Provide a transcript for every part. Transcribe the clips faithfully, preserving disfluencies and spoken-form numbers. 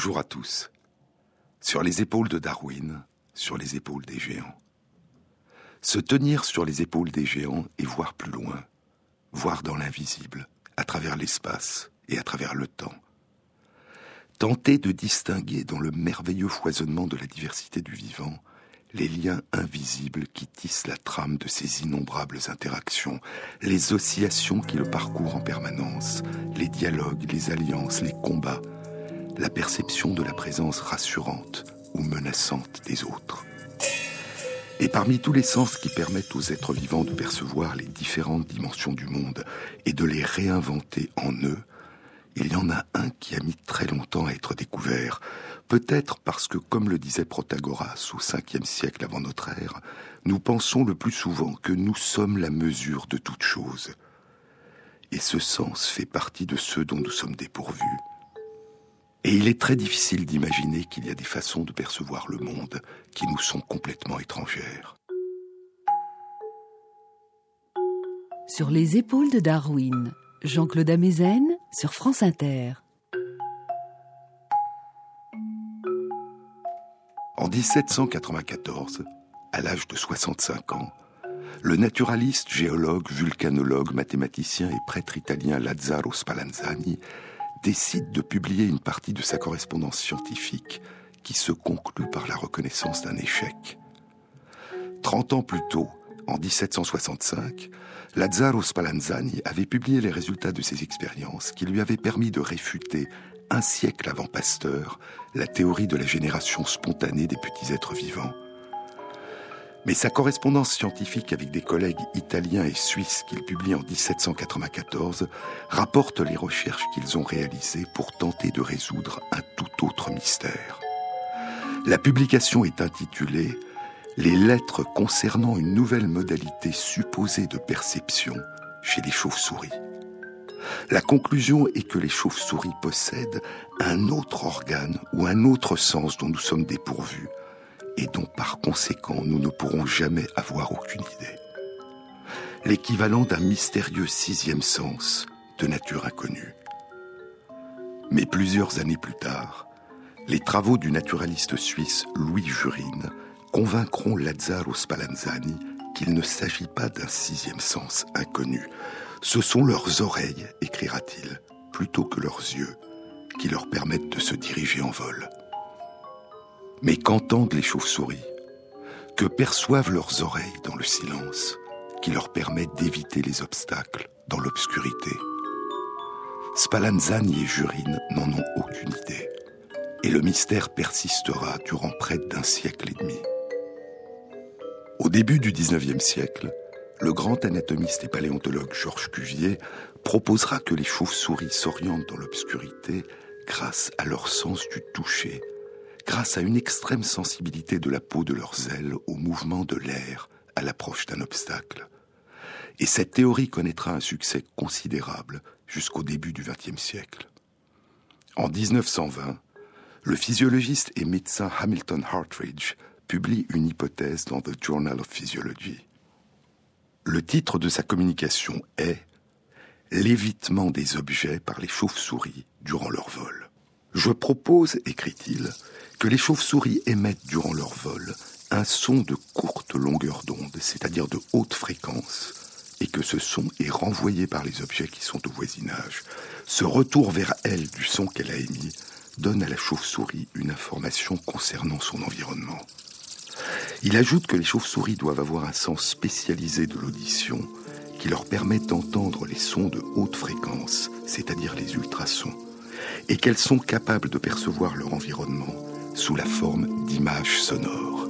Bonjour à tous. Sur les épaules de Darwin, sur les épaules des géants. Se tenir sur les épaules des géants et voir plus loin, voir dans l'invisible, à travers l'espace et à travers le temps. Tenter de distinguer dans le merveilleux foisonnement de la diversité du vivant les liens invisibles qui tissent la trame de ces innombrables interactions, les oscillations qui le parcourent en permanence, les dialogues, les alliances, les combats, la perception de la présence rassurante ou menaçante des autres. Et parmi tous les sens qui permettent aux êtres vivants de percevoir les différentes dimensions du monde et de les réinventer en eux, il y en a un qui a mis très longtemps à être découvert, peut-être parce que, comme le disait Protagoras au cinquième siècle avant notre ère, nous pensons le plus souvent que nous sommes la mesure de toute chose. Et ce sens fait partie de ceux dont nous sommes dépourvus. Et il est très difficile d'imaginer qu'il y a des façons de percevoir le monde qui nous sont complètement étrangères. Sur les épaules de Darwin, Jean-Claude Amezen sur France Inter. En dix-sept cent quatre-vingt-quatorze, à l'âge de soixante-cinq ans, le naturaliste, géologue, vulcanologue, mathématicien et prêtre italien Lazzaro Spallanzani décide de publier une partie de sa correspondance scientifique qui se conclut par la reconnaissance d'un échec. Trente ans plus tôt, en dix-sept cent soixante-cinq, Lazzaro Spallanzani avait publié les résultats de ses expériences qui lui avaient permis de réfuter, un siècle avant Pasteur, la théorie de la génération spontanée des petits êtres vivants. Mais sa correspondance scientifique avec des collègues italiens et suisses qu'il publie en dix-sept cent quatre-vingt-quatorze rapporte les recherches qu'ils ont réalisées pour tenter de résoudre un tout autre mystère. La publication est intitulée « Les lettres concernant une nouvelle modalité supposée de perception chez les chauves-souris ». La conclusion est que les chauves-souris possèdent un autre organe ou un autre sens dont nous sommes dépourvus, et dont par conséquent nous ne pourrons jamais avoir aucune idée. L'équivalent d'un mystérieux sixième sens de nature inconnue. Mais plusieurs années plus tard, les travaux du naturaliste suisse Louis Jurine convaincront Lazzaro Spallanzani qu'il ne s'agit pas d'un sixième sens inconnu. Ce sont leurs oreilles, écrira-t-il, plutôt que leurs yeux, qui leur permettent de se diriger en vol. Mais qu'entendent les chauves-souris? Que perçoivent leurs oreilles dans le silence, qui leur permet d'éviter les obstacles dans l'obscurité? Spallanzani et Jurine n'en ont aucune idée, et le mystère persistera durant près d'un siècle et demi. Au début du dix-neuvième siècle, le grand anatomiste et paléontologue Georges Cuvier proposera que les chauves-souris s'orientent dans l'obscurité grâce à leur sens du toucher, grâce à une extrême sensibilité de la peau de leurs ailes au mouvement de l'air à l'approche d'un obstacle. Et cette théorie connaîtra un succès considérable jusqu'au début du vingtième siècle. En dix-neuf cent vingt, le physiologiste et médecin Hamilton Hartridge publie une hypothèse dans The Journal of Physiology. Le titre de sa communication est « L'évitement des objets par les chauves-souris durant leur vol ». Je propose, écrit-il, que les chauves-souris émettent durant leur vol un son de courte longueur d'onde, c'est-à-dire de haute fréquence, et que ce son est renvoyé par les objets qui sont au voisinage. Ce retour vers elle du son qu'elle a émis donne à la chauve-souris une information concernant son environnement. Il ajoute que les chauves-souris doivent avoir un sens spécialisé de l'audition qui leur permet d'entendre les sons de haute fréquence, c'est-à-dire les ultrasons, et qu'elles sont capables de percevoir leur environnement sous la forme d'images sonores.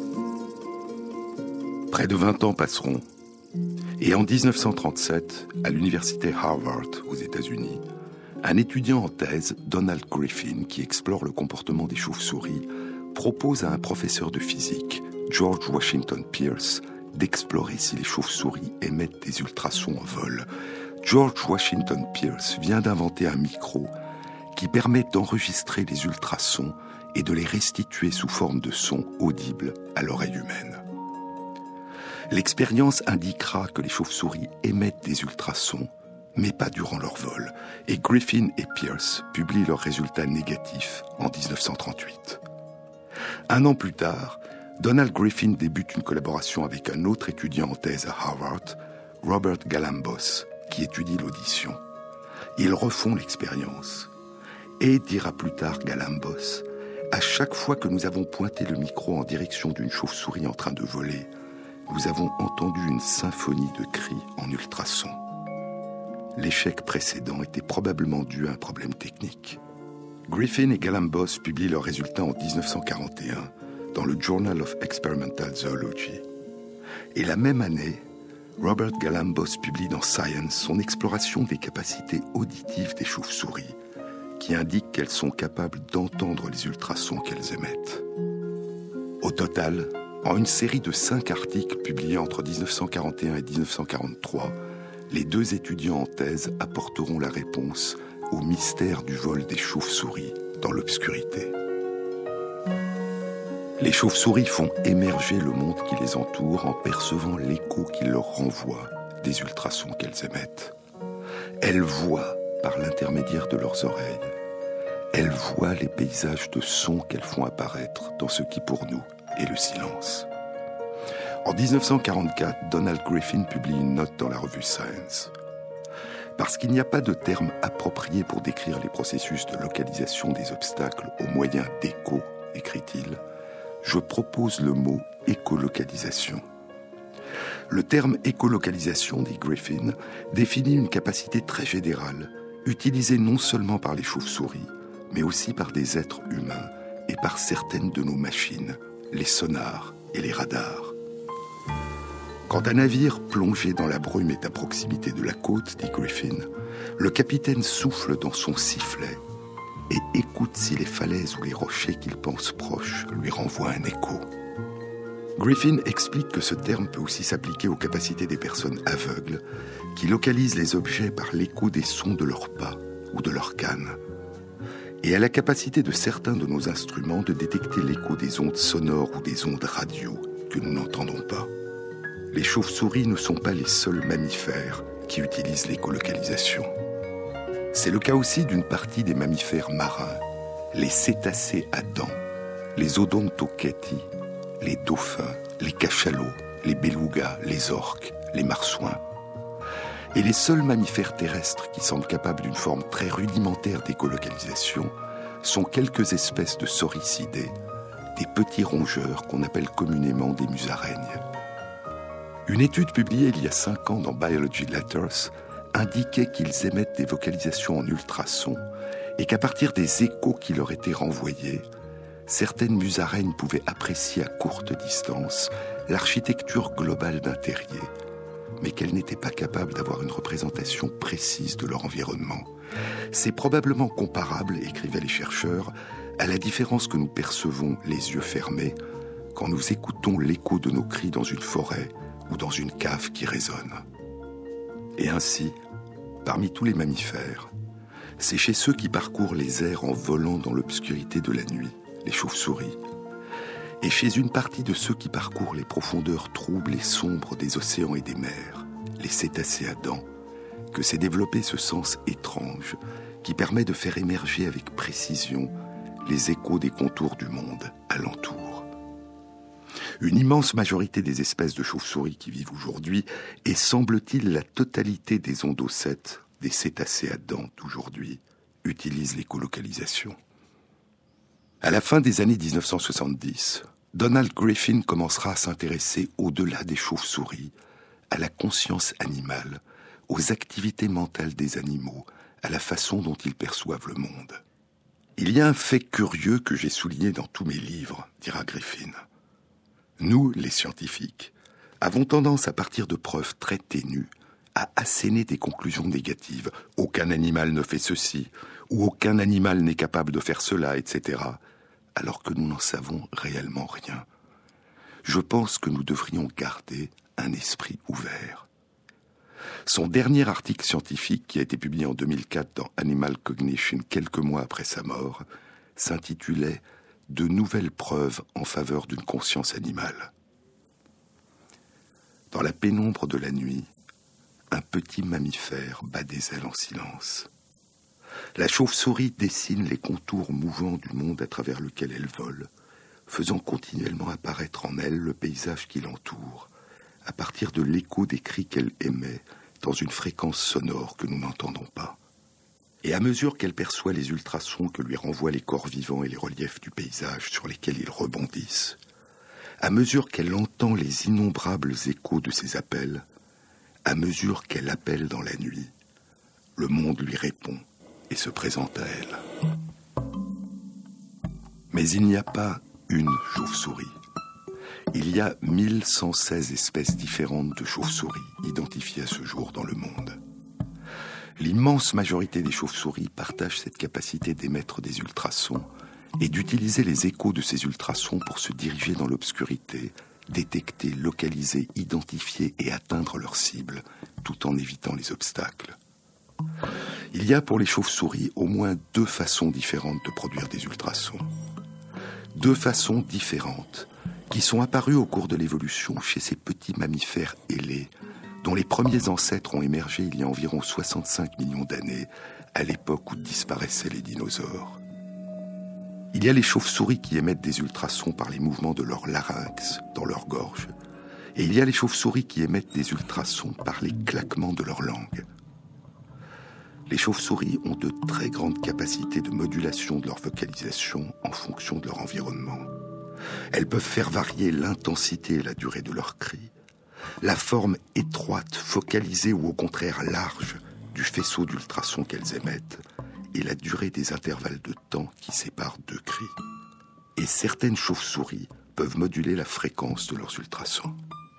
Près de vingt ans passeront, et en dix-neuf cent trente-sept, à l'université Harvard aux États-Unis, un étudiant en thèse, Donald Griffin, qui explore le comportement des chauves-souris, propose à un professeur de physique, George Washington Pierce, d'explorer si les chauves-souris émettent des ultrasons en vol. George Washington Pierce vient d'inventer un micro qui permet d'enregistrer les ultrasons et de les restituer sous forme de sons audibles à l'oreille humaine. L'expérience indiquera que les chauves-souris émettent des ultrasons mais pas durant leur vol, et Griffin et Pierce publient leurs résultats négatifs en dix-neuf cent trente-huit. Un an plus tard, Donald Griffin débute une collaboration avec un autre étudiant en thèse à Harvard, Robert Galambos, qui étudie l'audition. Ils refont l'expérience. Et, dira plus tard Galambos, à chaque fois que nous avons pointé le micro en direction d'une chauve-souris en train de voler, nous avons entendu une symphonie de cris en ultrasons. L'échec précédent était probablement dû à un problème technique. Griffin et Galambos publient leurs résultats en dix-neuf cent quarante et un dans le Journal of Experimental Zoology. Et la même année, Robert Galambos publie dans Science son exploration des capacités auditives des chauves-souris, qui indique qu'elles sont capables d'entendre les ultrasons qu'elles émettent. Au total, en une série de cinq articles publiés entre dix-neuf cent quarante et un et dix-neuf cent quarante-trois, les deux étudiants en thèse apporteront la réponse au mystère du vol des chauves-souris dans l'obscurité. Les chauves-souris font émerger le monde qui les entoure en percevant l'écho qu'ils leur renvoient des ultrasons qu'elles émettent. Elles voient par l'intermédiaire de leurs oreilles. Elles voient les paysages de sons qu'elles font apparaître dans ce qui pour nous est le silence. En dix-neuf cent quarante-quatre, Donald Griffin publie une note dans la revue Science. Parce qu'il n'y a pas de terme approprié pour décrire les processus de localisation des obstacles au moyen d'écho, écrit-il, je propose le mot écolocalisation. Le terme écolocalisation, dit Griffin, définit une capacité très générale, utilisée non seulement par les chauves-souris, mais aussi par des êtres humains et par certaines de nos machines, les sonars et les radars. Quand un navire plongé dans la brume est à proximité de la côte, dit Griffin, le capitaine souffle dans son sifflet et écoute si les falaises ou les rochers qu'il pense proches lui renvoient un écho. Griffin explique que ce terme peut aussi s'appliquer aux capacités des personnes aveugles qui localisent les objets par l'écho des sons de leurs pas ou de leurs cannes, et à la capacité de certains de nos instruments de détecter l'écho des ondes sonores ou des ondes radio que nous n'entendons pas. Les chauves-souris ne sont pas les seuls mammifères qui utilisent l'écolocalisation. C'est le cas aussi d'une partie des mammifères marins, les cétacés à dents, les odontocheeti, les dauphins, les cachalots, les belugas, les orques, les marsouins. Et les seuls mammifères terrestres qui semblent capables d'une forme très rudimentaire d'écolocalisation sont quelques espèces de sauricidés, des petits rongeurs qu'on appelle communément des musaraignes. Une étude publiée il y a cinq ans dans Biology Letters indiquait qu'ils émettent des vocalisations en ultrasons et qu'à partir des échos qui leur étaient renvoyés, certaines musaraignes pouvaient apprécier à courte distance l'architecture globale d'un terrier, mais qu'elles n'étaient pas capables d'avoir une représentation précise de leur environnement. C'est probablement comparable, écrivaient les chercheurs, à la différence que nous percevons les yeux fermés quand nous écoutons l'écho de nos cris dans une forêt ou dans une cave qui résonne. Et ainsi, parmi tous les mammifères, c'est chez ceux qui parcourent les airs en volant dans l'obscurité de la nuit, les chauves-souris, et chez une partie de ceux qui parcourent les profondeurs troubles et sombres des océans et des mers, les cétacés à dents, que s'est développé ce sens étrange qui permet de faire émerger avec précision les échos des contours du monde alentour. Une immense majorité des espèces de chauves-souris qui vivent aujourd'hui, et semble-t-il la totalité des ondocètes, des cétacés à dents d'aujourd'hui, utilisent l'écolocalisation. À la fin des années dix-neuf cent soixante-dix, Donald Griffin commencera à s'intéresser au-delà des chauves-souris, à la conscience animale, aux activités mentales des animaux, à la façon dont ils perçoivent le monde. Il y a un fait curieux que j'ai souligné dans tous mes livres, dira Griffin. Nous, les scientifiques, avons tendance à partir de preuves très ténues à asséner des conclusions négatives. Aucun animal ne fait ceci, ou aucun animal n'est capable de faire cela, et cetera, alors que nous n'en savons réellement rien. Je pense que nous devrions garder un esprit ouvert. Son dernier article scientifique, qui a été publié en deux mille quatre dans Animal Cognition quelques mois après sa mort, s'intitulait « De nouvelles preuves en faveur d'une conscience animale ». Dans la pénombre de la nuit, un petit mammifère bat des ailes en silence. La chauve-souris dessine les contours mouvants du monde à travers lequel elle vole, faisant continuellement apparaître en elle le paysage qui l'entoure, à partir de l'écho des cris qu'elle émet dans une fréquence sonore que nous n'entendons pas. Et à mesure qu'elle perçoit les ultrasons que lui renvoient les corps vivants et les reliefs du paysage sur lesquels ils rebondissent, à mesure qu'elle entend les innombrables échos de ses appels, à mesure qu'elle appelle dans la nuit, le monde lui répond et se présente à elle. Mais il n'y a pas une chauve-souris. Il y a mille cent seize espèces différentes de chauves-souris identifiées à ce jour dans le monde. L'immense majorité des chauves-souris partagent cette capacité d'émettre des ultrasons et d'utiliser les échos de ces ultrasons pour se diriger dans l'obscurité, détecter, localiser, identifier et atteindre leur cible, tout en évitant les obstacles. Il y a pour les chauves-souris au moins deux façons différentes de produire des ultrasons. Deux façons différentes qui sont apparues au cours de l'évolution chez ces petits mammifères ailés dont les premiers ancêtres ont émergé il y a environ soixante-cinq millions d'années, à l'époque où disparaissaient les dinosaures. Il y a les chauves-souris qui émettent des ultrasons par les mouvements de leur larynx dans leur gorge, et il y a les chauves-souris qui émettent des ultrasons par les claquements de leur langue. Les chauves-souris ont de très grandes capacités de modulation de leur vocalisation en fonction de leur environnement. Elles peuvent faire varier l'intensité et la durée de leurs cris, la forme étroite, focalisée ou au contraire large du faisceau d'ultrasons qu'elles émettent et la durée des intervalles de temps qui séparent deux cris. Et certaines chauves-souris peuvent moduler la fréquence de leurs ultrasons.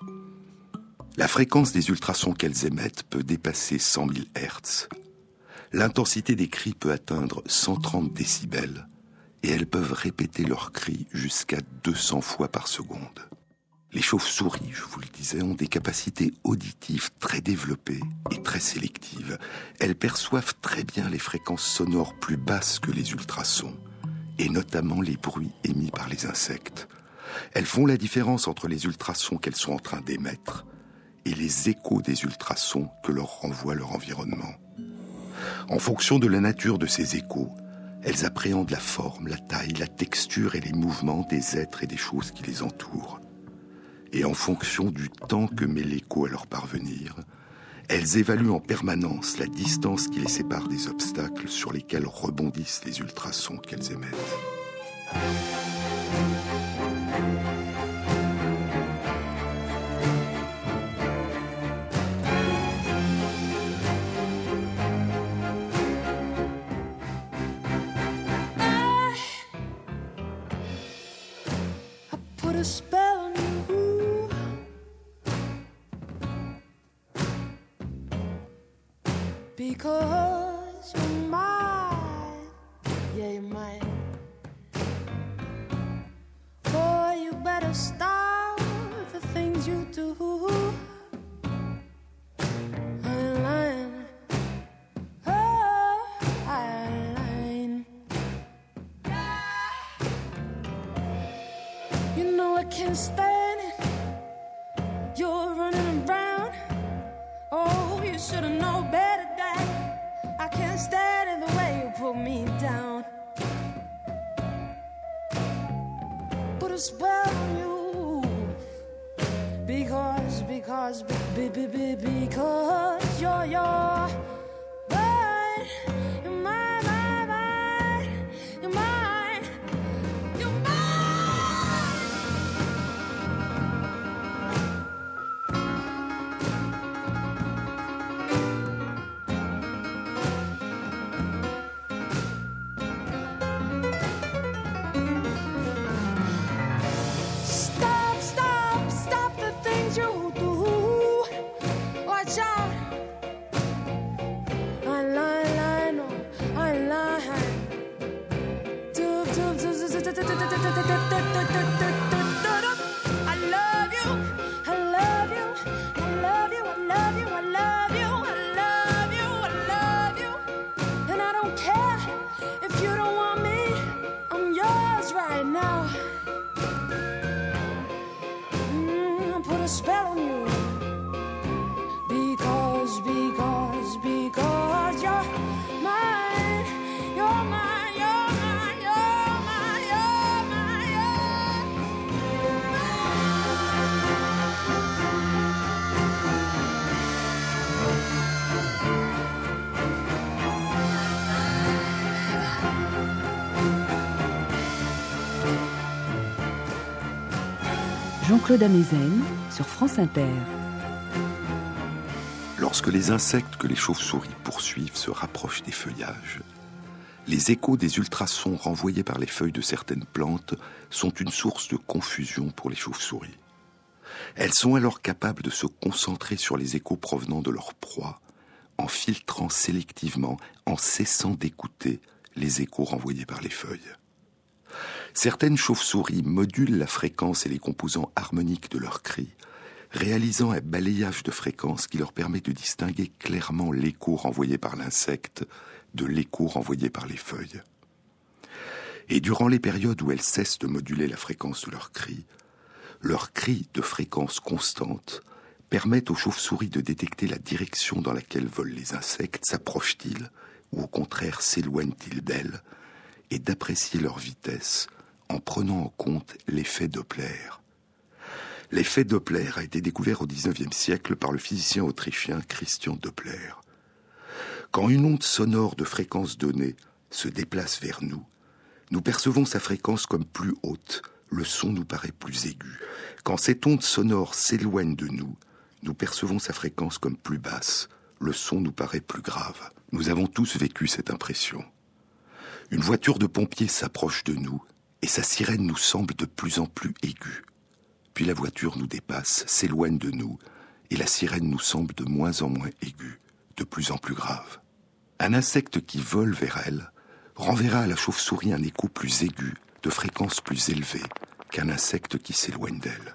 La fréquence des ultrasons qu'elles émettent peut dépasser cent mille hertz. L'intensité des cris peut atteindre cent trente décibels et elles peuvent répéter leurs cris jusqu'à deux cents fois par seconde. Les chauves-souris, je vous le disais, ont des capacités auditives très développées et très sélectives. Elles perçoivent très bien les fréquences sonores plus basses que les ultrasons, et notamment les bruits émis par les insectes. Elles font la différence entre les ultrasons qu'elles sont en train d'émettre et les échos des ultrasons que leur renvoie leur environnement. En fonction de la nature de ces échos, elles appréhendent la forme, la taille, la texture et les mouvements des êtres et des choses qui les entourent. Et en fonction du temps que met l'écho à leur parvenir, elles évaluent en permanence la distance qui les sépare des obstacles sur lesquels rebondissent les ultrasons qu'elles émettent. Because you're mine, yeah, you're mine. Boy, you better stop the things you do. I ain't lying, oh, I ain't lying. You know I can't stand it. You're running around. Oh, you should've known better. I can't stand it the way you put me down. Put a spell on you. Because, because, be, be, be, because you're, you're mine. You're mine, mine, mine. You're mine. You're mine. You do. Watch out. Jean-Claude Amezen sur France Inter. Lorsque les insectes que les chauves-souris poursuivent se rapprochent des feuillages, les échos des ultrasons renvoyés par les feuilles de certaines plantes sont une source de confusion pour les chauves-souris. Elles sont alors capables de se concentrer sur les échos provenant de leur proie, en filtrant sélectivement, en cessant d'écouter les échos renvoyés par les feuilles. Certaines chauves-souris modulent la fréquence et les composants harmoniques de leurs cris, réalisant un balayage de fréquences qui leur permet de distinguer clairement l'écho renvoyé par l'insecte de l'écho renvoyé par les feuilles. Et durant les périodes où elles cessent de moduler la fréquence de leurs cris, leurs cris de fréquence constante permettent aux chauves-souris de détecter la direction dans laquelle volent les insectes, s'approchent-ils ou au contraire s'éloignent-ils d'elles, et d'apprécier leur vitesse en prenant en compte l'effet Doppler. L'effet Doppler a été découvert au dix-neuvième siècle par le physicien autrichien Christian Doppler. Quand une onde sonore de fréquence donnée se déplace vers nous, nous percevons sa fréquence comme plus haute, le son nous paraît plus aigu. Quand cette onde sonore s'éloigne de nous, nous percevons sa fréquence comme plus basse, le son nous paraît plus grave. Nous avons tous vécu cette impression. Une voiture de pompiers s'approche de nous et sa sirène nous semble de plus en plus aiguë. Puis la voiture nous dépasse, s'éloigne de nous et la sirène nous semble de moins en moins aiguë, de plus en plus grave. Un insecte qui vole vers elle renverra à la chauve-souris un écho plus aigu, de fréquence plus élevée qu'un insecte qui s'éloigne d'elle.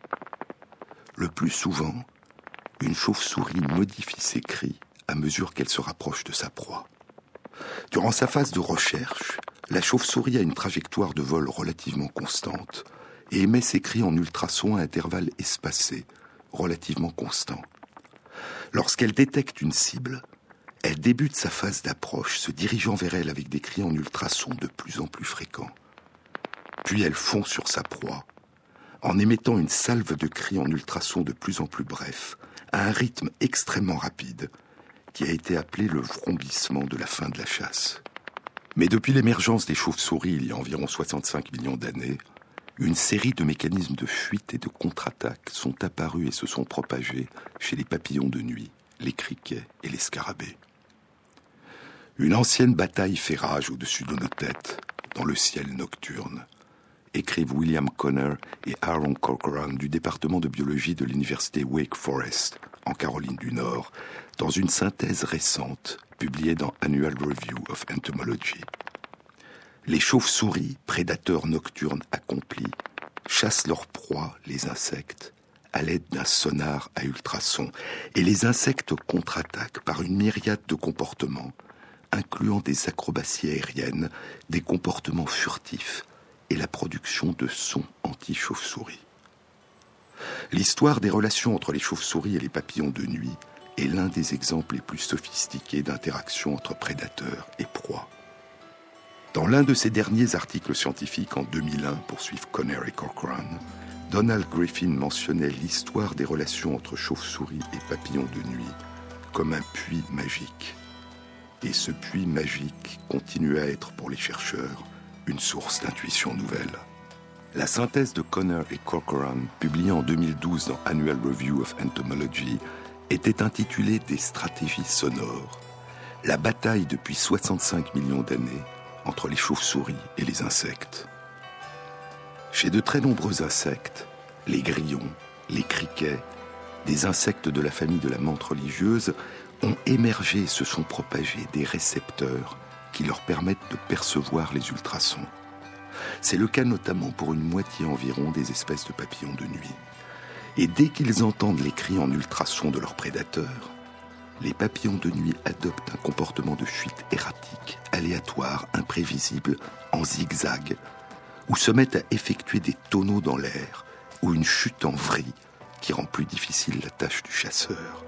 Le plus souvent, une chauve-souris modifie ses cris à mesure qu'elle se rapproche de sa proie. Durant sa phase de recherche, la chauve-souris a une trajectoire de vol relativement constante et émet ses cris en ultrasons à intervalles espacés, relativement constants. Lorsqu'elle détecte une cible, elle débute sa phase d'approche, se dirigeant vers elle avec des cris en ultrasons de plus en plus fréquents. Puis elle fond sur sa proie, en émettant une salve de cris en ultrasons de plus en plus brefs, à un rythme extrêmement rapide, qui a été appelé le vrombissement de la fin de la chasse. Mais depuis l'émergence des chauves-souris il y a environ soixante-cinq millions d'années, une série de mécanismes de fuite et de contre-attaque sont apparus et se sont propagés chez les papillons de nuit, les criquets et les scarabées. Une ancienne bataille fait rage au-dessus de nos têtes, dans le ciel nocturne, écrivent William Conner et Aaron Corcoran du département de biologie de l'université Wake Forest, en Caroline du Nord, dans une synthèse récente publiée dans Annual Review of Entomology. Les chauves-souris, prédateurs nocturnes accomplis, chassent leurs proies, les insectes, à l'aide d'un sonar à ultrasons, et les insectes contre-attaquent par une myriade de comportements, incluant des acrobaties aériennes, des comportements furtifs et la production de sons anti-chauves-souris. L'histoire des relations entre les chauves-souris et les papillons de nuit est l'un des exemples les plus sophistiqués d'interaction entre prédateurs et proies. Dans l'un de ces derniers articles scientifiques en deux mille un, poursuivent Conner et Corcoran, Donald Griffin mentionnait l'histoire des relations entre chauves-souris et papillons de nuit comme un puits magique. Et ce puits magique continue à être pour les chercheurs une source d'intuition nouvelle. La synthèse de Conner et Corcoran, publiée en deux mille douze dans Annual Review of Entomology, était intitulée « Des stratégies sonores, la bataille depuis soixante-cinq millions d'années entre les chauves-souris et les insectes ». Chez de très nombreux insectes, les grillons, les criquets, des insectes de la famille de la menthe religieuse, ont émergé et se sont propagés des récepteurs qui leur permettent de percevoir les ultrasons. C'est le cas notamment pour une moitié environ des espèces de papillons de nuit. Et dès qu'ils entendent les cris en ultrasons de leurs prédateurs, les papillons de nuit adoptent un comportement de fuite erratique, aléatoire, imprévisible, en zigzag, ou se mettent à effectuer des tonneaux dans l'air, ou une chute en vrille qui rend plus difficile la tâche du chasseur.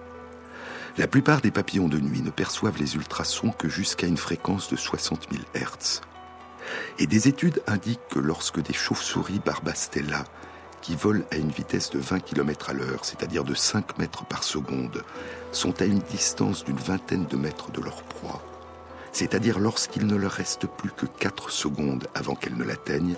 La plupart des papillons de nuit ne perçoivent les ultrasons que jusqu'à une fréquence de soixante mille hertz. Et des études indiquent que lorsque des chauves-souris Barbastella, qui volent à une vitesse de vingt kilomètres à l'heure, c'est-à-dire de cinq mètres par seconde, sont à une distance d'une vingtaine de mètres de leur proie, c'est-à-dire lorsqu'il ne leur reste plus que quatre secondes avant qu'elles ne l'atteignent,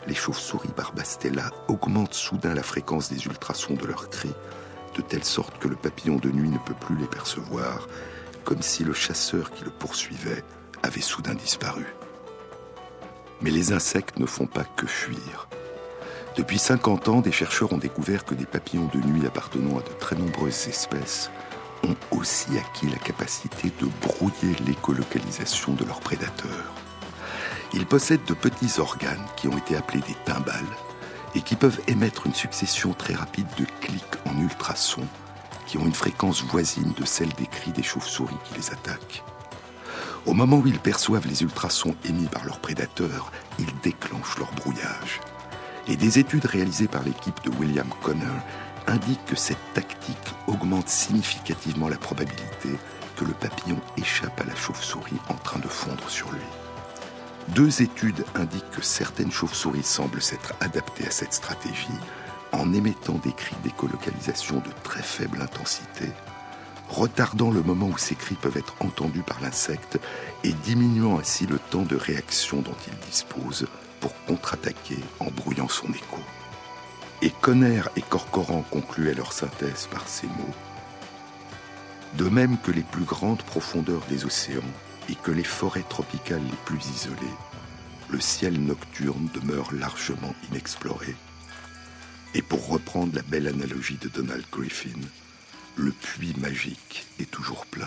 les chauves-souris Barbastella augmentent soudain la fréquence des ultrasons de leurs cris, de telle sorte que le papillon de nuit ne peut plus les percevoir, comme si le chasseur qui le poursuivait avait soudain disparu. Mais les insectes ne font pas que fuir. Depuis cinquante ans, des chercheurs ont découvert que des papillons de nuit appartenant à de très nombreuses espèces ont aussi acquis la capacité de brouiller l'écolocalisation de leurs prédateurs. Ils possèdent de petits organes qui ont été appelés des timbales et qui peuvent émettre une succession très rapide de clics en ultrasons qui ont une fréquence voisine de celle des cris des chauves-souris qui les attaquent. Au moment où ils perçoivent les ultrasons émis par leurs prédateurs, ils déclenchent leur brouillage. Et des études réalisées par l'équipe de William Conner indiquent que cette tactique augmente significativement la probabilité que le papillon échappe à la chauve-souris en train de fondre sur lui. Deux études indiquent que certaines chauves-souris semblent s'être adaptées à cette stratégie en émettant des cris d'écolocalisation de très faible intensité, retardant le moment où ces cris peuvent être entendus par l'insecte et diminuant ainsi le temps de réaction dont il dispose pour contre-attaquer en brouillant son écho. Et Conner et Corcoran concluaient leur synthèse par ces mots. De même que les plus grandes profondeurs des océans et que les forêts tropicales les plus isolées, le ciel nocturne demeure largement inexploré. Et pour reprendre la belle analogie de Donald Griffin, le puits magique est toujours plein.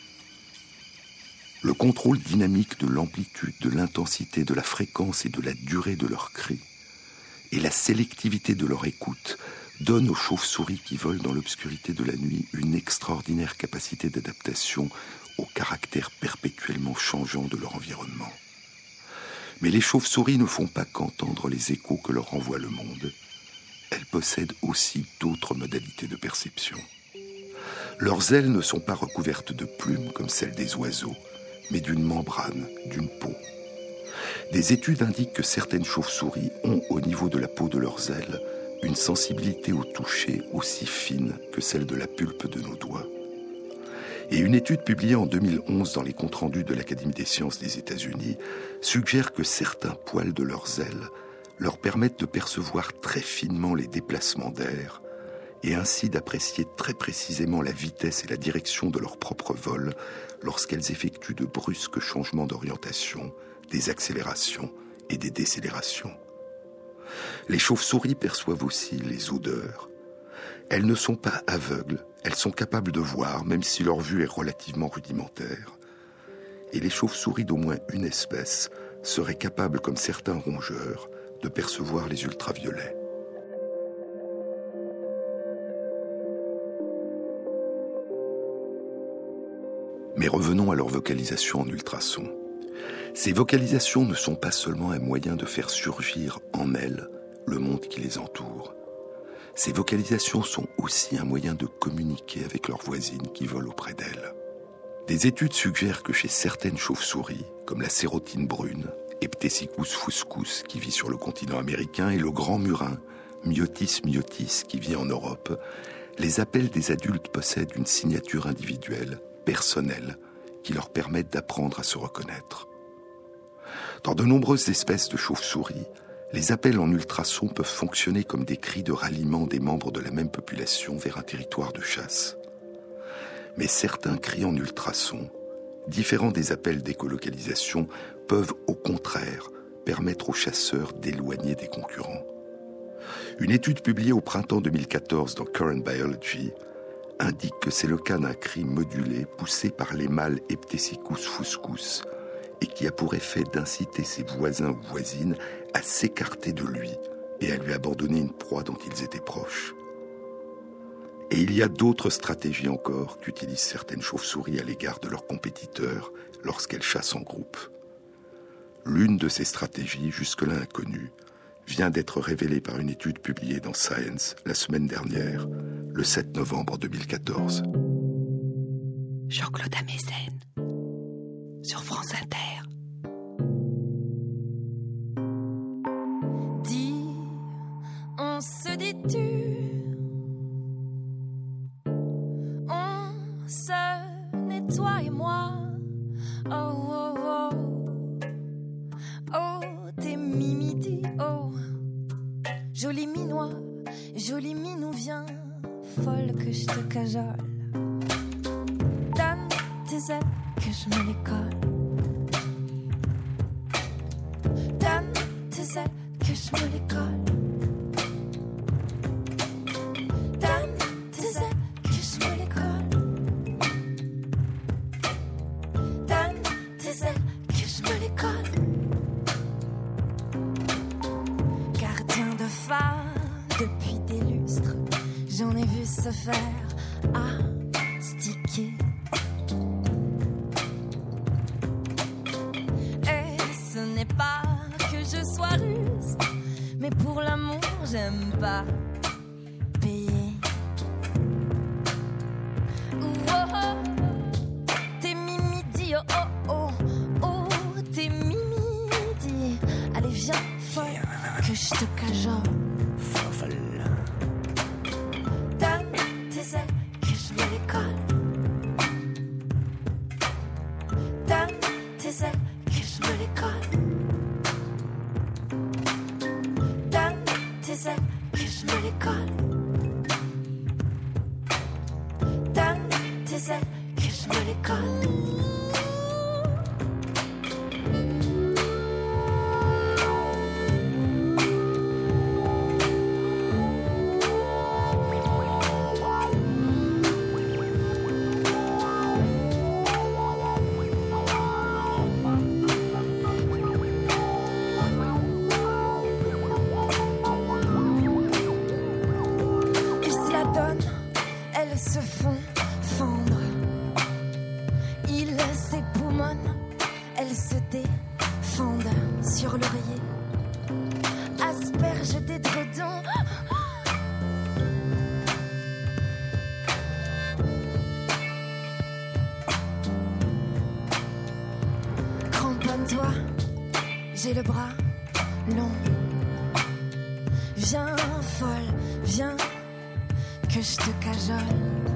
Le contrôle dynamique de l'amplitude, de l'intensité, de la fréquence et de la durée de leurs cris et la sélectivité de leur écoute donnent aux chauves-souris qui volent dans l'obscurité de la nuit une extraordinaire capacité d'adaptation au caractère perpétuellement changeant de leur environnement. Mais les chauves-souris ne font pas qu'entendre les échos que leur envoie le monde. Elles possèdent aussi d'autres modalités de perception. Leurs ailes ne sont pas recouvertes de plumes comme celles des oiseaux, mais d'une membrane, d'une peau. Des études indiquent que certaines chauves-souris ont, au niveau de la peau de leurs ailes, une sensibilité au toucher aussi fine que celle de la pulpe de nos doigts. Et une étude publiée en deux mille onze dans les comptes rendus de l'Académie des sciences des États-Unis suggère que certains poils de leurs ailes leur permettent de percevoir très finement les déplacements d'air et ainsi d'apprécier très précisément la vitesse et la direction de leur propre vol lorsqu'elles effectuent de brusques changements d'orientation, des accélérations et des décélérations. Les chauves-souris perçoivent aussi les odeurs. Elles ne sont pas aveugles, elles sont capables de voir, même si leur vue est relativement rudimentaire. Et les chauves-souris d'au moins une espèce seraient capables, comme certains rongeurs, de percevoir les ultraviolets. Mais revenons à leur vocalisation en ultrasons. Ces vocalisations ne sont pas seulement un moyen de faire surgir en elles le monde qui les entoure. Ces vocalisations sont aussi un moyen de communiquer avec leurs voisines qui volent auprès d'elles. Des études suggèrent que chez certaines chauves-souris, comme la sérotine brune, Eptesicus fuscus qui vit sur le continent américain et le grand murin, Myotis myotis qui vit en Europe, les appels des adultes possèdent une signature individuelle, personnelle, qui leur permettent d'apprendre à se reconnaître. Dans de nombreuses espèces de chauves-souris, les appels en ultrasons peuvent fonctionner comme des cris de ralliement des membres de la même population vers un territoire de chasse. Mais certains cris en ultrasons, différents des appels d'écolocalisation, peuvent au contraire permettre aux chasseurs d'éloigner des concurrents. Une étude publiée au printemps deux mille quatorze dans Current Biology indique que c'est le cas d'un cri modulé poussé par les mâles Eptesicus fuscus et qui a pour effet d'inciter ses voisins ou voisines à s'écarter de lui et à lui abandonner une proie dont ils étaient proches. Et il y a d'autres stratégies encore qu'utilisent certaines chauves-souris à l'égard de leurs compétiteurs lorsqu'elles chassent en groupe. L'une de ces stratégies, jusque-là inconnue, vient d'être révélée par une étude publiée dans Science la semaine dernière, le sept novembre deux mille quatorze. Jean-Claude Amezen, sur France Inter. Dis, on se détue, on se nettoie et moi. Oh, oh, oh, oh, t'es mimidi, oh. Joli minois, joli minou, viens, folle que je te cajole. Donne tes ailes que je me les colle. Donne tes ailes que je me les colle. Donne tes ailes que je me les colle. Donne tes ailes que je me les colle. Gardien de phare depuis des lustres, j'en ai vu se faire astiquer. Et ce n'est pas que je sois rustre, mais pour l'amour j'aime pas payer. Oh, oh, t'es mimidi, oh oh oh, oh t'es mimidi. Allez viens folle que je te cajole. Donne tes ailes que je me les colle. Donne tes ailes que je me les colle. Donne tes ailes que je me les colle. Donne tes ailes que je me les colle. Se font fendre, ils s'époumonnent, elles se défendent sur l'oreiller, asperges d'édredons. Cramponne-toi, j'ai le bras long. Viens folle, viens que je te cajole.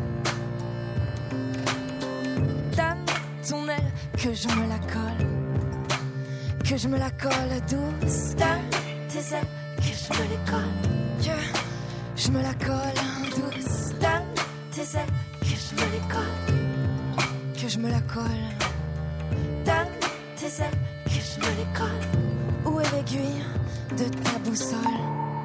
Donne ton aile que je me la colle, que je me la colle douce. Donne tes ailes que je me les colle, que je me la colle douce. Donne tes ailes que je me les colle, que je me la colle. Donne tes ailes que je me les colle. Où est l'aiguille de ta boussole?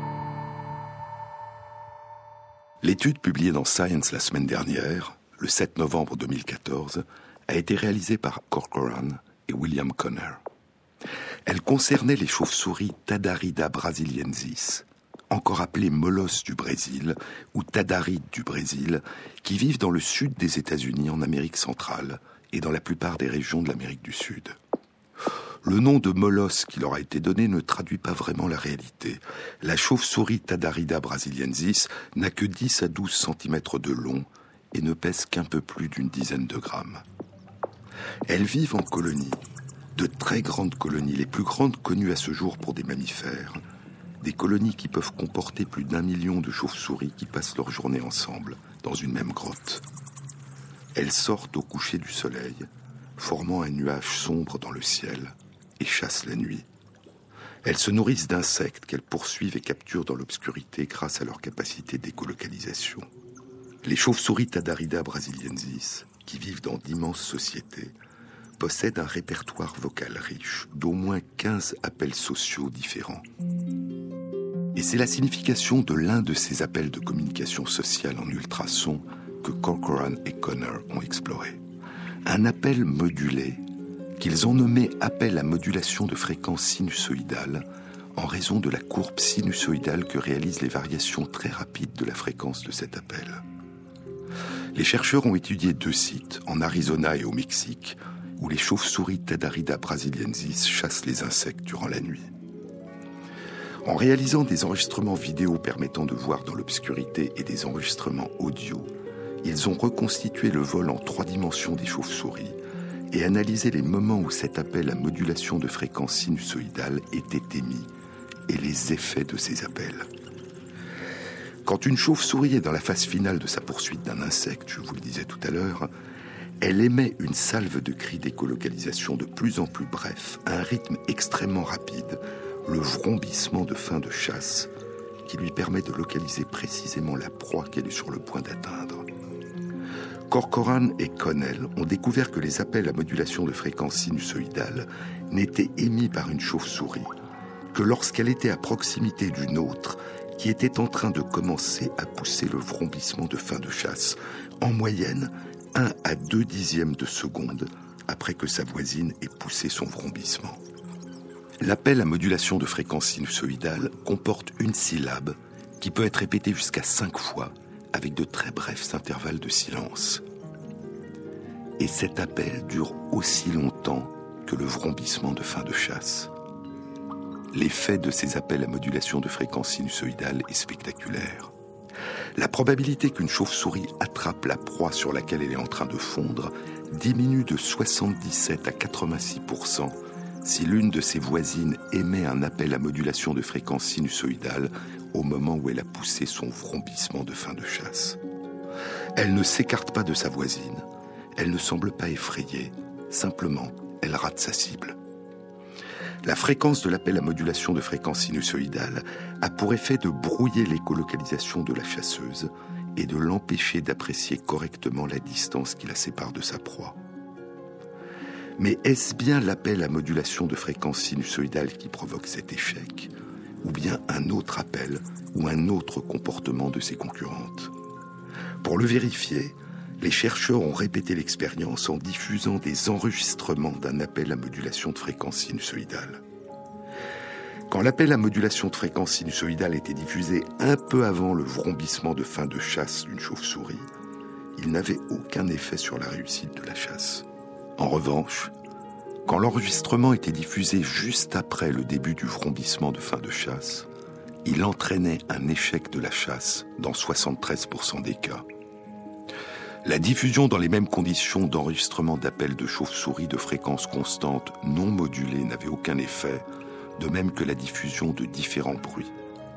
L'étude publiée dans Science la semaine dernière, le sept novembre deux mille quatorze, a été réalisée par Corcoran et William Conner. Elle concernait les chauves-souris Tadarida brasiliensis, encore appelées molosses du Brésil ou tadarides du Brésil, qui vivent dans le sud des États-Unis en Amérique centrale et dans la plupart des régions de l'Amérique du Sud. Le nom de molosse qui leur a été donné ne traduit pas vraiment la réalité. La chauve-souris Tadarida brasiliensis n'a que dix à douze centimètres de long et ne pèse qu'un peu plus d'une dizaine de grammes. Elles vivent en colonies, de très grandes colonies, les plus grandes connues à ce jour pour des mammifères, des colonies qui peuvent comporter plus d'un million de chauves-souris qui passent leur journée ensemble dans une même grotte. Elles sortent au coucher du soleil, formant un nuage sombre dans le ciel, et chassent la nuit. Elles se nourrissent d'insectes qu'elles poursuivent et capturent dans l'obscurité grâce à leur capacité d'écolocalisation. Les chauves-souris Tadarida brasiliensis, qui vivent dans d'immenses sociétés, possèdent un répertoire vocal riche d'au moins quinze appels sociaux différents. Et c'est la signification de l'un de ces appels de communication sociale en ultrasons que Corcoran et Conner ont exploré. Un appel modulé qu'ils ont nommé appel à modulation de fréquence sinusoïdale en raison de la courbe sinusoïdale que réalisent les variations très rapides de la fréquence de cet appel. Les chercheurs ont étudié deux sites, en Arizona et au Mexique, où les chauves-souris Tadarida brasiliensis chassent les insectes durant la nuit. En réalisant des enregistrements vidéo permettant de voir dans l'obscurité et des enregistrements audio, ils ont reconstitué le vol en trois dimensions des chauves-souris et analysé les moments où cet appel à modulation de fréquence sinusoïdale était émis et les effets de ces appels. Quand une chauve-souris est dans la phase finale de sa poursuite d'un insecte, je vous le disais tout à l'heure, elle émet une salve de cris d'écolocalisation de plus en plus brefs, à un rythme extrêmement rapide, le vrombissement de fin de chasse, qui lui permet de localiser précisément la proie qu'elle est sur le point d'atteindre. Corcoran et Connell ont découvert que les appels à modulation de fréquence sinusoïdale n'étaient émis par une chauve-souris que lorsqu'elle était à proximité d'une autre qui était en train de commencer à pousser le vrombissement de fin de chasse, en moyenne un à deux dixièmes de seconde après que sa voisine ait poussé son vrombissement. L'appel à modulation de fréquence sinusoïdale comporte une syllabe qui peut être répétée jusqu'à cinq fois avec de très brefs intervalles de silence. Et cet appel dure aussi longtemps que le vrombissement de fin de chasse. L'effet de ces appels à modulation de fréquence sinusoïdale est spectaculaire. La probabilité qu'une chauve-souris attrape la proie sur laquelle elle est en train de fondre diminue de soixante-dix-sept à quatre-vingt-six pour cent si l'une de ses voisines émet un appel à modulation de fréquence sinusoïdale au moment où elle a poussé son vrombissement de fin de chasse. Elle ne s'écarte pas de sa voisine, elle ne semble pas effrayée, simplement elle rate sa cible. La fréquence de l'appel à modulation de fréquence sinusoïdale a pour effet de brouiller l'écolocalisation de la chasseuse et de l'empêcher d'apprécier correctement la distance qui la sépare de sa proie. Mais est-ce bien l'appel à modulation de fréquence sinusoïdale qui provoque cet échec, ou bien un autre appel ou un autre comportement de ses concurrentes? Pour le vérifier, les chercheurs ont répété l'expérience en diffusant des enregistrements d'un appel à modulation de fréquence sinusoïdale. Quand l'appel à modulation de fréquence sinusoïdale était diffusé un peu avant le vrombissement de fin de chasse d'une chauve-souris, il n'avait aucun effet sur la réussite de la chasse. En revanche, quand l'enregistrement était diffusé juste après le début du vrombissement de fin de chasse, il entraînait un échec de la chasse dans soixante-treize pour cent des cas. La diffusion dans les mêmes conditions d'enregistrement d'appels de chauve-souris de fréquence constante non modulée n'avait aucun effet, de même que la diffusion de différents bruits.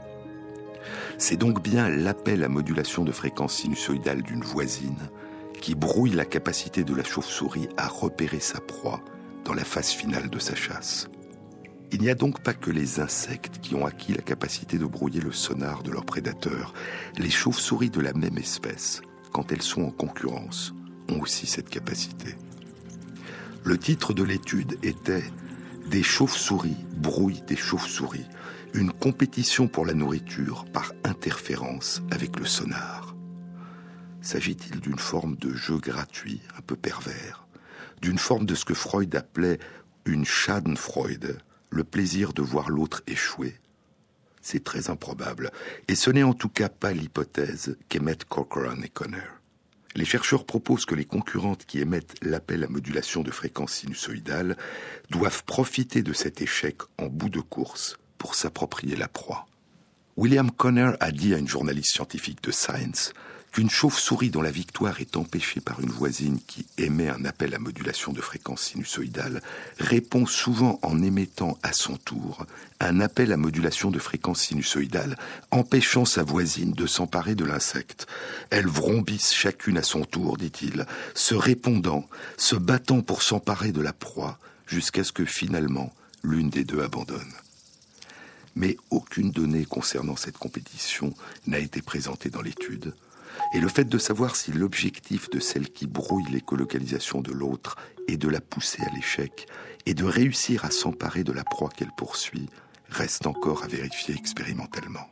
C'est donc bien l'appel à modulation de fréquence sinusoïdale d'une voisine qui brouille la capacité de la chauve-souris à repérer sa proie dans la phase finale de sa chasse. Il n'y a donc pas que les insectes qui ont acquis la capacité de brouiller le sonar de leurs prédateurs. Les chauves-souris de la même espèce, quand elles sont en concurrence, ont aussi cette capacité. Le titre de l'étude était « Des chauves-souris brouillent des chauves-souris, une compétition pour la nourriture par interférence avec le sonar ». S'agit-il d'une forme de jeu gratuit, un peu pervers, d'une forme de ce que Freud appelait une Schadenfreude, le plaisir de voir l'autre échouer? C'est très improbable, et ce n'est en tout cas pas l'hypothèse qu'émettent Corcoran et Conner. Les chercheurs proposent que les concurrentes qui émettent l'appel à modulation de fréquence sinusoïdale doivent profiter de cet échec en bout de course pour s'approprier la proie. William Conner a dit à une journaliste scientifique de Science qu'une chauve-souris dont la victoire est empêchée par une voisine qui émet un appel à modulation de fréquence sinusoïdale répond souvent en émettant à son tour un appel à modulation de fréquence sinusoïdale, empêchant sa voisine de s'emparer de l'insecte. Elles vrombissent chacune à son tour, dit-il, se répondant, se battant pour s'emparer de la proie, jusqu'à ce que finalement l'une des deux abandonne. Mais aucune donnée concernant cette compétition n'a été présentée dans l'étude. Et le fait de savoir si l'objectif de celle qui brouille l'écolocalisation de l'autre est de la pousser à l'échec et de réussir à s'emparer de la proie qu'elle poursuit reste encore à vérifier expérimentalement.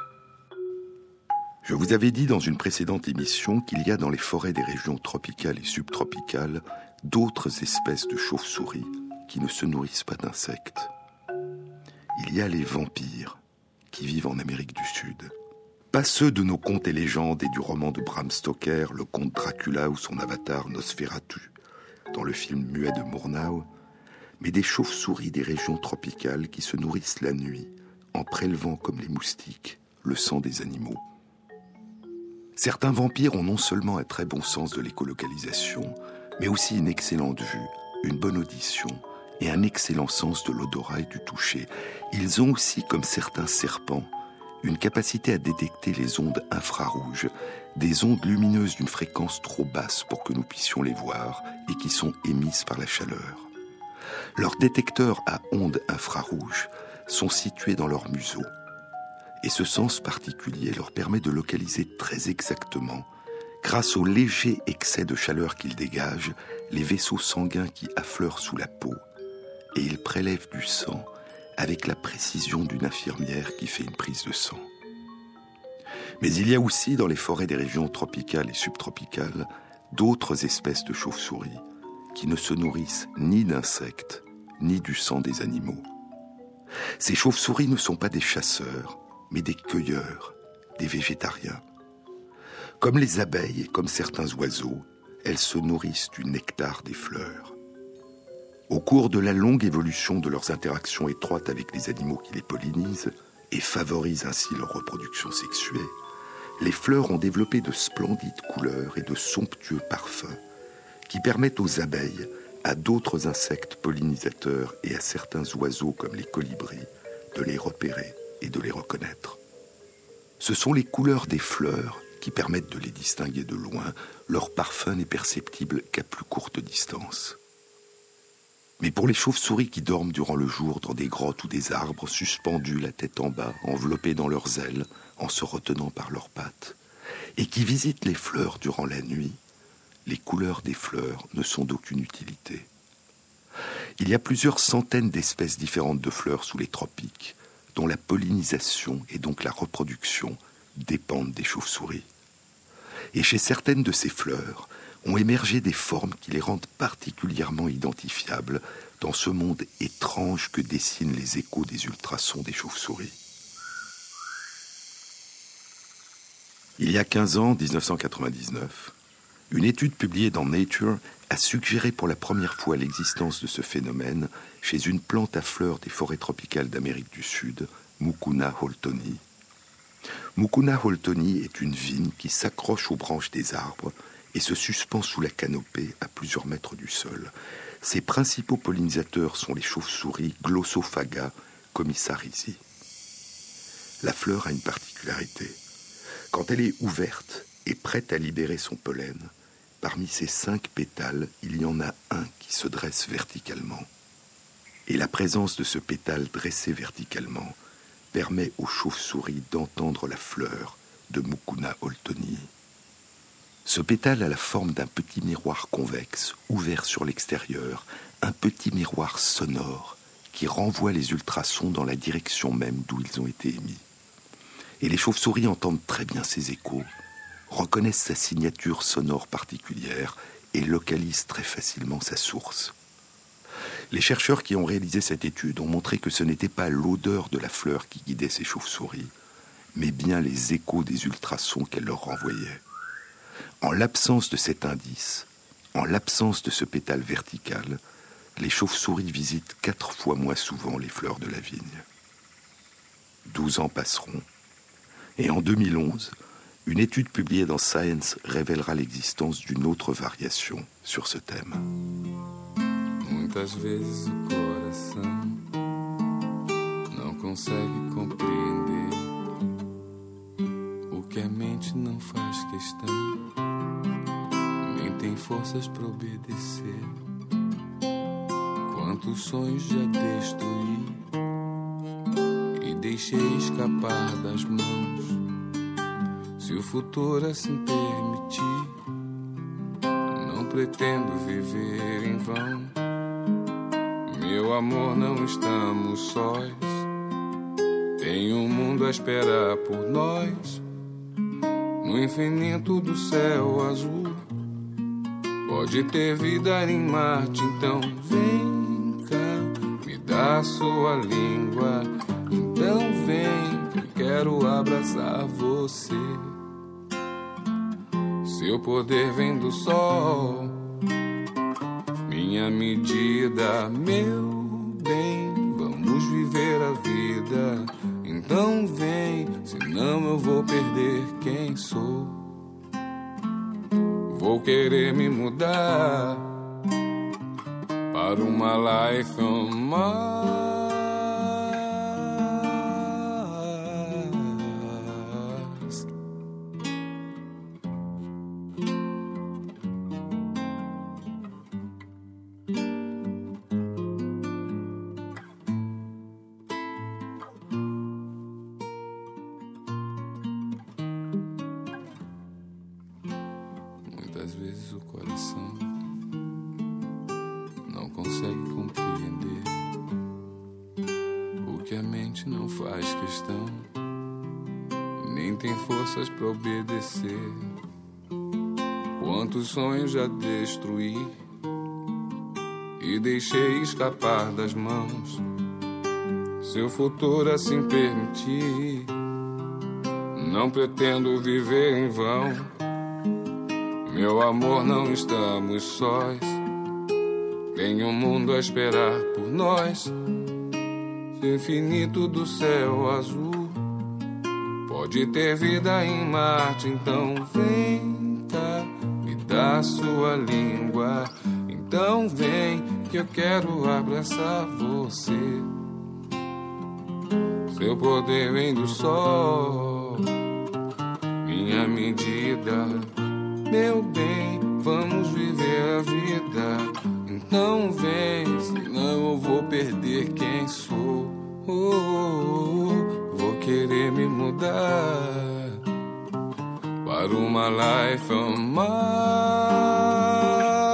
Je vous avais dit dans une précédente émission qu'il y a dans les forêts des régions tropicales et subtropicales d'autres espèces de chauves-souris qui ne se nourrissent pas d'insectes. Il y a les vampires qui vivent en Amérique du Sud. Pas ceux de nos contes et légendes et du roman de Bram Stoker, le comte Dracula ou son avatar Nosferatu, dans le film muet de Murnau, mais des chauves-souris des régions tropicales qui se nourrissent la nuit, en prélevant comme les moustiques le sang des animaux. Certains vampires ont non seulement un très bon sens de l'écolocalisation, mais aussi une excellente vue, une bonne audition et un excellent sens de l'odorat et du toucher. Ils ont aussi, comme certains serpents, une capacité à détecter les ondes infrarouges, des ondes lumineuses d'une fréquence trop basse pour que nous puissions les voir et qui sont émises par la chaleur. Leurs détecteurs à ondes infrarouges sont situés dans leur museau. Et ce sens particulier leur permet de localiser très exactement, grâce au léger excès de chaleur qu'ils dégagent, les vaisseaux sanguins qui affleurent sous la peau, et ils prélèvent du sang avec la précision d'une infirmière qui fait une prise de sang. Mais il y a aussi, dans les forêts des régions tropicales et subtropicales, d'autres espèces de chauves-souris qui ne se nourrissent ni d'insectes, ni du sang des animaux. Ces chauves-souris ne sont pas des chasseurs, mais des cueilleurs, des végétariens. Comme les abeilles et comme certains oiseaux, elles se nourrissent du nectar des fleurs. Au cours de la longue évolution de leurs interactions étroites avec les animaux qui les pollinisent et favorisent ainsi leur reproduction sexuée, les fleurs ont développé de splendides couleurs et de somptueux parfums qui permettent aux abeilles, à d'autres insectes pollinisateurs et à certains oiseaux comme les colibris de les repérer et de les reconnaître. Ce sont les couleurs des fleurs qui permettent de les distinguer de loin. Leur parfum n'est perceptible qu'à plus courte distance. Mais pour les chauves-souris qui dorment durant le jour dans des grottes ou des arbres, suspendus la tête en bas, enveloppés dans leurs ailes, en se retenant par leurs pattes, et qui visitent les fleurs durant la nuit, les couleurs des fleurs ne sont d'aucune utilité. Il y a plusieurs centaines d'espèces différentes de fleurs sous les tropiques, dont la pollinisation et donc la reproduction dépendent des chauves-souris. Et chez certaines de ces fleurs, ont émergé des formes qui les rendent particulièrement identifiables dans ce monde étrange que dessinent les échos des ultrasons des chauves-souris. Il y a quinze ans, dix-neuf cent quatre-vingt-dix-neuf, une étude publiée dans Nature a suggéré pour la première fois l'existence de ce phénomène chez une plante à fleurs des forêts tropicales d'Amérique du Sud, Mucuna holtoni. Mucuna holtoni est une vigne qui s'accroche aux branches des arbres et se suspend sous la canopée à plusieurs mètres du sol. Ses principaux pollinisateurs sont les chauves-souris Glossophaga commissarisi. La fleur a une particularité. Quand elle est ouverte et prête à libérer son pollen, parmi ses cinq pétales, il y en a un qui se dresse verticalement. Et la présence de ce pétale dressé verticalement permet aux chauves-souris d'entendre la fleur de Mucuna holtoni. Ce pétale a la forme d'un petit miroir convexe, ouvert sur l'extérieur, un petit miroir sonore qui renvoie les ultrasons dans la direction même d'où ils ont été émis. Et les chauves-souris entendent très bien ces échos, reconnaissent sa signature sonore particulière et localisent très facilement sa source. Les chercheurs qui ont réalisé cette étude ont montré que ce n'était pas l'odeur de la fleur qui guidait ces chauves-souris, mais bien les échos des ultrasons qu'elle leur renvoyait. En l'absence de cet indice, en l'absence de ce pétale vertical, les chauves-souris visitent quatre fois moins souvent les fleurs de la vigne. Douze ans passeront, et en deux mille onze, une étude publiée dans Science révélera l'existence d'une autre variation sur ce thème. Muitas vezes o coração não consegue compreender o que a mente não faz questão, nem tem forças para obedecer. Quantos sonhos já destruí e deixei escapar das mãos. Se o futuro assim permitir, não pretendo viver em vão. Meu amor, não estamos sós. Tem um mundo a esperar por nós. No infinito do céu azul, pode ter vida em Marte. Então vem cá, me dá sua língua. Então vem, que eu quero abraçar você. Seu poder vem do sol, minha medida, meu bem. Vamos viver a vida, então vem, senão eu vou perder quem sou. Vou querer me mudar para uma life on Mars. mente não faz questão, nem tem forças pra obedecer. Quantos sonhos já destruí e deixei escapar das mãos. Seu futuro assim permitir, não pretendo viver em vão. Meu amor, não estamos sós, tem um mundo a esperar por nós. O infinito do céu azul pode ter vida em Marte. Então vem cá, me dá sua língua. Então vem que eu quero abraçar você. Seu poder vem do sol, minha medida. Meu bem, vamos viver a vida. Então vem, senão eu vou perder quem sou. Oh, oh, oh, vou querer me mudar para uma life on Mars.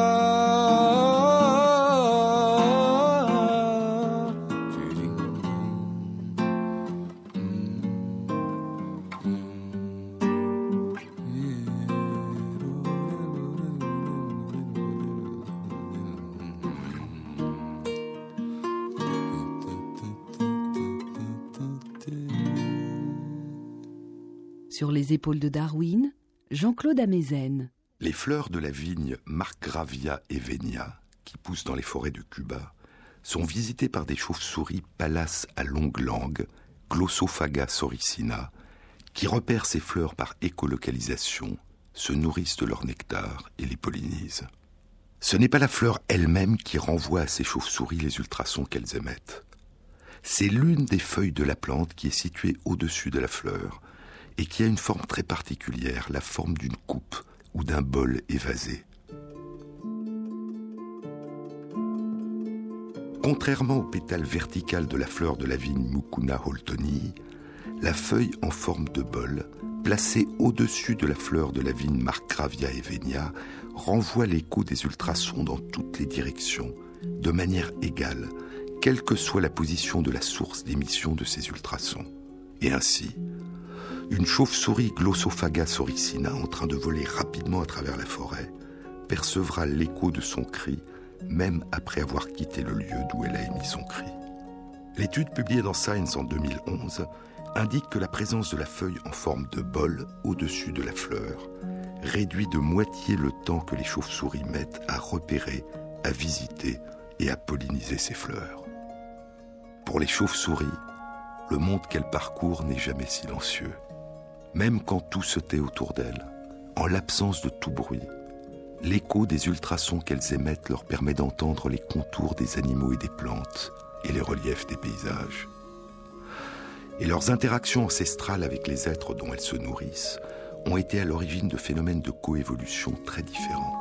Sur les épaules de Darwin, Jean-Claude Amezen. Les fleurs de la vigne Marcgravia evenia, qui poussent dans les forêts de Cuba, sont visitées par des chauves-souris Pallas à longue langue, Glossophaga soricina, qui repèrent ces fleurs par écolocalisation, se nourrissent de leur nectar et les pollinisent. Ce n'est pas la fleur elle-même qui renvoie à ces chauves-souris les ultrasons qu'elles émettent. C'est l'une des feuilles de la plante qui est située au-dessus de la fleur et qui a une forme très particulière, la forme d'une coupe ou d'un bol évasé. Contrairement au pétale vertical de la fleur de la vigne Mucuna holtonii, la feuille en forme de bol, placée au-dessus de la fleur de la vigne Marcgravia evenia, renvoie l'écho des ultrasons dans toutes les directions, de manière égale, quelle que soit la position de la source d'émission de ces ultrasons. Et ainsi, une chauve-souris Glossophaga soricina en train de voler rapidement à travers la forêt percevra l'écho de son cri même après avoir quitté le lieu d'où elle a émis son cri. L'étude publiée dans Science en deux mille onze indique que la présence de la feuille en forme de bol au-dessus de la fleur réduit de moitié le temps que les chauves-souris mettent à repérer, à visiter et à polliniser ces fleurs. Pour les chauves-souris, le monde qu'elles parcourent n'est jamais silencieux. Même quand tout se tait autour d'elles, en l'absence de tout bruit, l'écho des ultrasons qu'elles émettent leur permet d'entendre les contours des animaux et des plantes et les reliefs des paysages. Et leurs interactions ancestrales avec les êtres dont elles se nourrissent ont été à l'origine de phénomènes de coévolution très différents.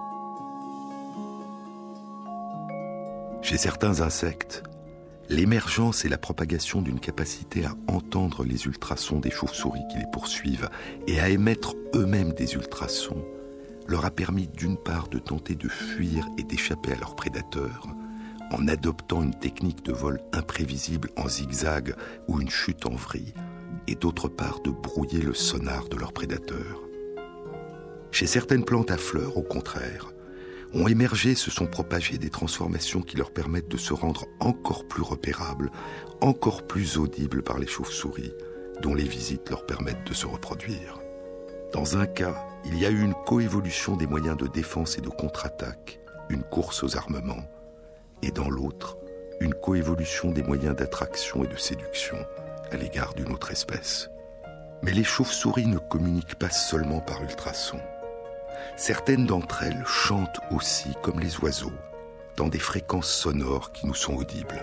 Chez certains insectes, l'émergence et la propagation d'une capacité à entendre les ultrasons des chauves-souris qui les poursuivent et à émettre eux-mêmes des ultrasons leur a permis d'une part de tenter de fuir et d'échapper à leurs prédateurs en adoptant une technique de vol imprévisible en zigzag ou une chute en vrille, et d'autre part de brouiller le sonar de leurs prédateurs. Chez certaines plantes à fleurs, au contraire, ont émergé, se sont propagées des transformations qui leur permettent de se rendre encore plus repérables, encore plus audibles par les chauves-souris, dont les visites leur permettent de se reproduire. Dans un cas, il y a eu une coévolution des moyens de défense et de contre-attaque, une course aux armements, et dans l'autre, une coévolution des moyens d'attraction et de séduction à l'égard d'une autre espèce. Mais les chauves-souris ne communiquent pas seulement par ultrasons. Certaines d'entre elles chantent aussi, comme les oiseaux, dans des fréquences sonores qui nous sont audibles.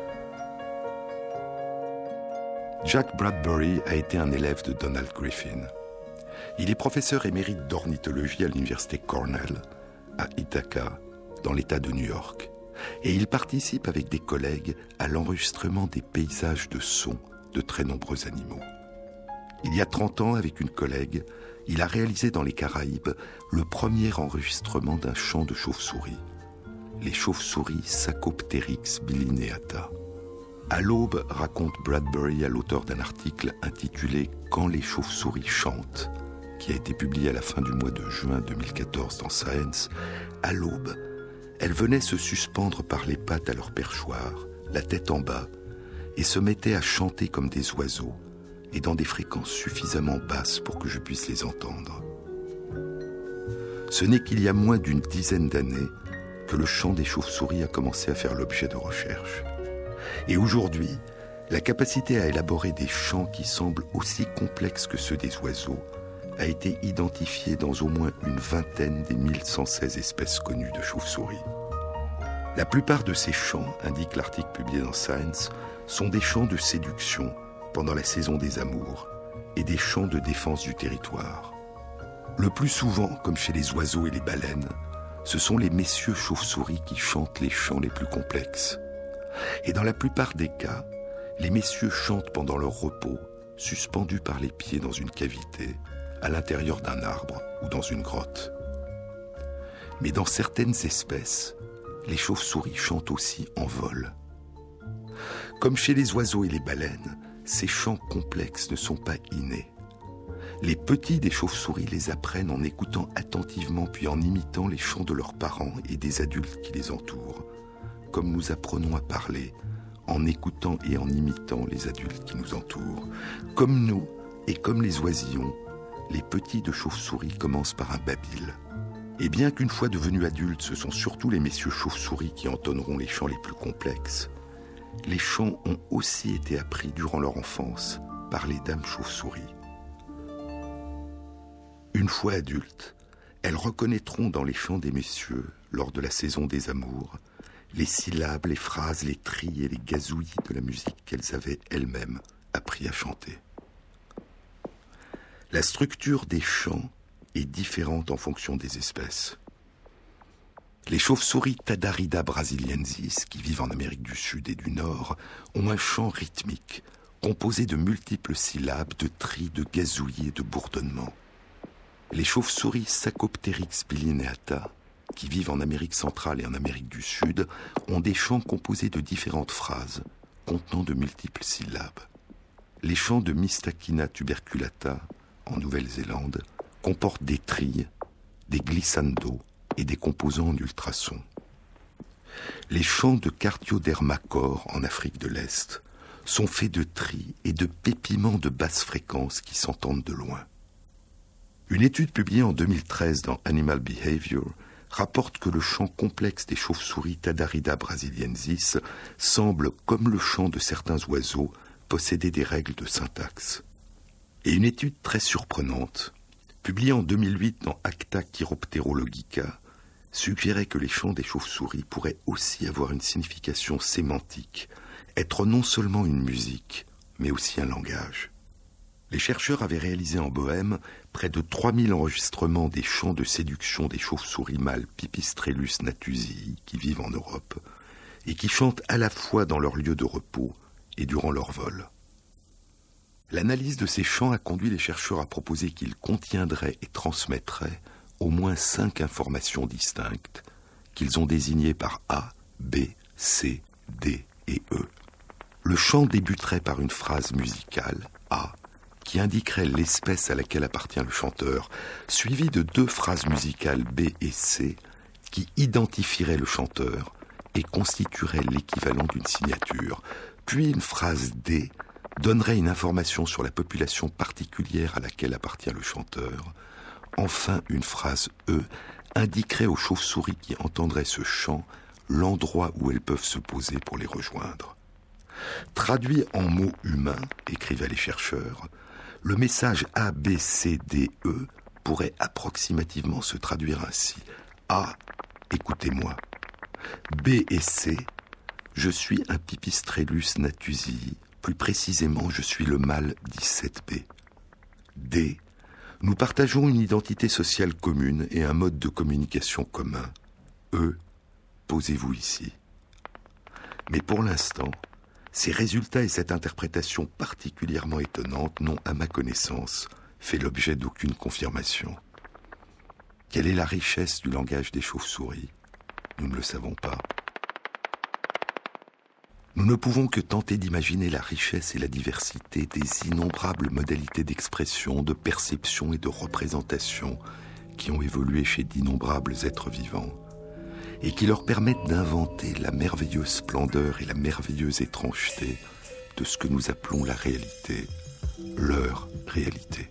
Jack Bradbury a été un élève de Donald Griffin. Il est professeur émérite d'ornithologie à l'université Cornell, à Ithaca, dans l'État de New York. Et il participe avec des collègues à l'enregistrement des paysages de sons de très nombreux animaux. Il y a trente ans, avec une collègue, il a réalisé dans les Caraïbes le premier enregistrement d'un chant de chauve-souris, les chauves-souris Sacopteryx bilineata. À l'aube, raconte Bradbury à l'auteur d'un article intitulé « Quand les chauves-souris chantent », qui a été publié à la fin du mois de juin deux mille quatorze dans Science. À l'aube, elles venaient se suspendre par les pattes à leur perchoir, la tête en bas, et se mettaient à chanter comme des oiseaux, et dans des fréquences suffisamment basses pour que je puisse les entendre. Ce n'est qu'il y a moins d'une dizaine d'années que le chant des chauves-souris a commencé à faire l'objet de recherches. Et aujourd'hui, la capacité à élaborer des chants qui semblent aussi complexes que ceux des oiseaux a été identifiée dans au moins une vingtaine des mille cent seize espèces connues de chauves-souris. La plupart de ces chants, indique l'article publié dans Science, sont des chants de séduction pendant la saison des amours et des chants de défense du territoire. Le plus souvent, comme chez les oiseaux et les baleines, ce sont les messieurs chauves-souris qui chantent les chants les plus complexes. Et dans la plupart des cas, les messieurs chantent pendant leur repos, suspendus par les pieds dans une cavité, à l'intérieur d'un arbre ou dans une grotte. Mais dans certaines espèces, les chauves-souris chantent aussi en vol. Comme chez les oiseaux et les baleines, ces chants complexes ne sont pas innés. Les petits des chauves-souris les apprennent en écoutant attentivement puis en imitant les chants de leurs parents et des adultes qui les entourent, comme nous apprenons à parler en écoutant et en imitant les adultes qui nous entourent. Comme nous et comme les oisillons, les petits de chauves-souris commencent par un babil. Et bien qu'une fois devenus adultes, ce sont surtout les messieurs chauves-souris qui entonneront les chants les plus complexes, les chants ont aussi été appris durant leur enfance par les dames chauves-souris. Une fois adultes, elles reconnaîtront dans les chants des messieurs, lors de la saison des amours, les syllabes, les phrases, les tris et les gazouillis de la musique qu'elles avaient elles-mêmes appris à chanter. La structure des chants est différente en fonction des espèces. Les chauves-souris Tadarida brasiliensis, qui vivent en Amérique du Sud et du Nord, ont un chant rythmique, composé de multiples syllabes, de tris, de gazouillis et de bourdonnements. Les chauves-souris Sacopteryx bilineata, qui vivent en Amérique centrale et en Amérique du Sud, ont des chants composés de différentes phrases, contenant de multiples syllabes. Les chants de Mystachina tuberculata, en Nouvelle-Zélande, comportent des trilles, des glissando et des composants en ultrasons. Les chants de Cardiodermacor, en Afrique de l'Est, sont faits de trilles et de pépiments de basse fréquence qui s'entendent de loin. Une étude publiée en deux mille treize dans Animal Behavior rapporte que le chant complexe des chauves-souris Tadarida brasiliensis semble, comme le chant de certains oiseaux, posséder des règles de syntaxe. Et une étude très surprenante, publiée en deux mille huit dans Acta Chiropterologica, suggérait que les chants des chauves-souris pourraient aussi avoir une signification sémantique, être non seulement une musique, mais aussi un langage. Les chercheurs avaient réalisé en Bohême près de trois mille enregistrements des chants de séduction des chauves-souris mâles Pipistrellus natusii qui vivent en Europe et qui chantent à la fois dans leur lieu de repos et durant leur vol. L'analyse de ces chants a conduit les chercheurs à proposer qu'ils contiendraient et transmettraient au moins cinq informations distinctes qu'ils ont désignées par A, B, C, D et E. Le chant débuterait par une phrase musicale, A, qui indiquerait l'espèce à laquelle appartient le chanteur, suivie de deux phrases musicales B et C qui identifieraient le chanteur et constitueraient l'équivalent d'une signature. Puis une phrase D donnerait une information sur la population particulière à laquelle appartient le chanteur. Enfin, une phrase E indiquerait aux chauves-souris qui entendraient ce chant l'endroit où elles peuvent se poser pour les rejoindre. Traduit en mots humains, écrivaient les chercheurs, le message A, B, C, D, E pourrait approximativement se traduire ainsi. A, écoutez-moi. B et C, je suis un Pipistrellus natusii, plus précisément je suis le mâle dix-sept B. D, nous partageons une identité sociale commune et un mode de communication commun. E, posez-vous ici. Mais pour l'instant, ces résultats et cette interprétation particulièrement étonnante n'ont, à ma connaissance, fait l'objet d'aucune confirmation. Quelle est la richesse du langage des chauves-souris ? Nous ne le savons pas. Nous ne pouvons que tenter d'imaginer la richesse et la diversité des innombrables modalités d'expression, de perception et de représentation qui ont évolué chez d'innombrables êtres vivants et qui leur permettent d'inventer la merveilleuse splendeur et la merveilleuse étrangeté de ce que nous appelons la réalité, leur réalité.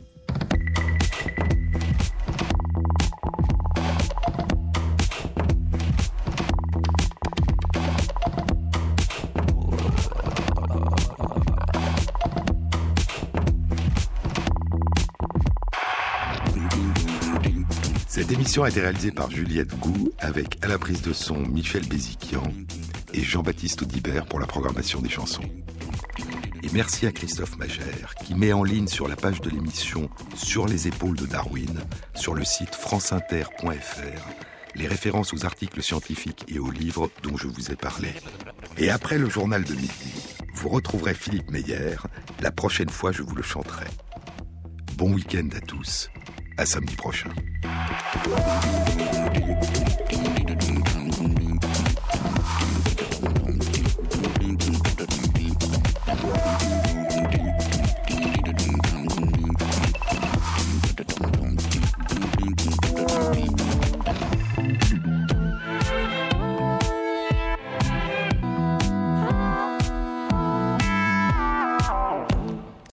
Cette émission a été réalisée par Juliette Gou avec à la prise de son Michel Béziquian et Jean-Baptiste Audibert pour la programmation des chansons. Et merci à Christophe Magère qui met en ligne sur la page de l'émission Sur les épaules de Darwin, sur le site franceinter point f r, les références aux articles scientifiques et aux livres dont je vous ai parlé. Et après le journal de midi, vous retrouverez Philippe Meyer. La prochaine fois, je vous le chanterai. Bon week-end à tous. À samedi prochain.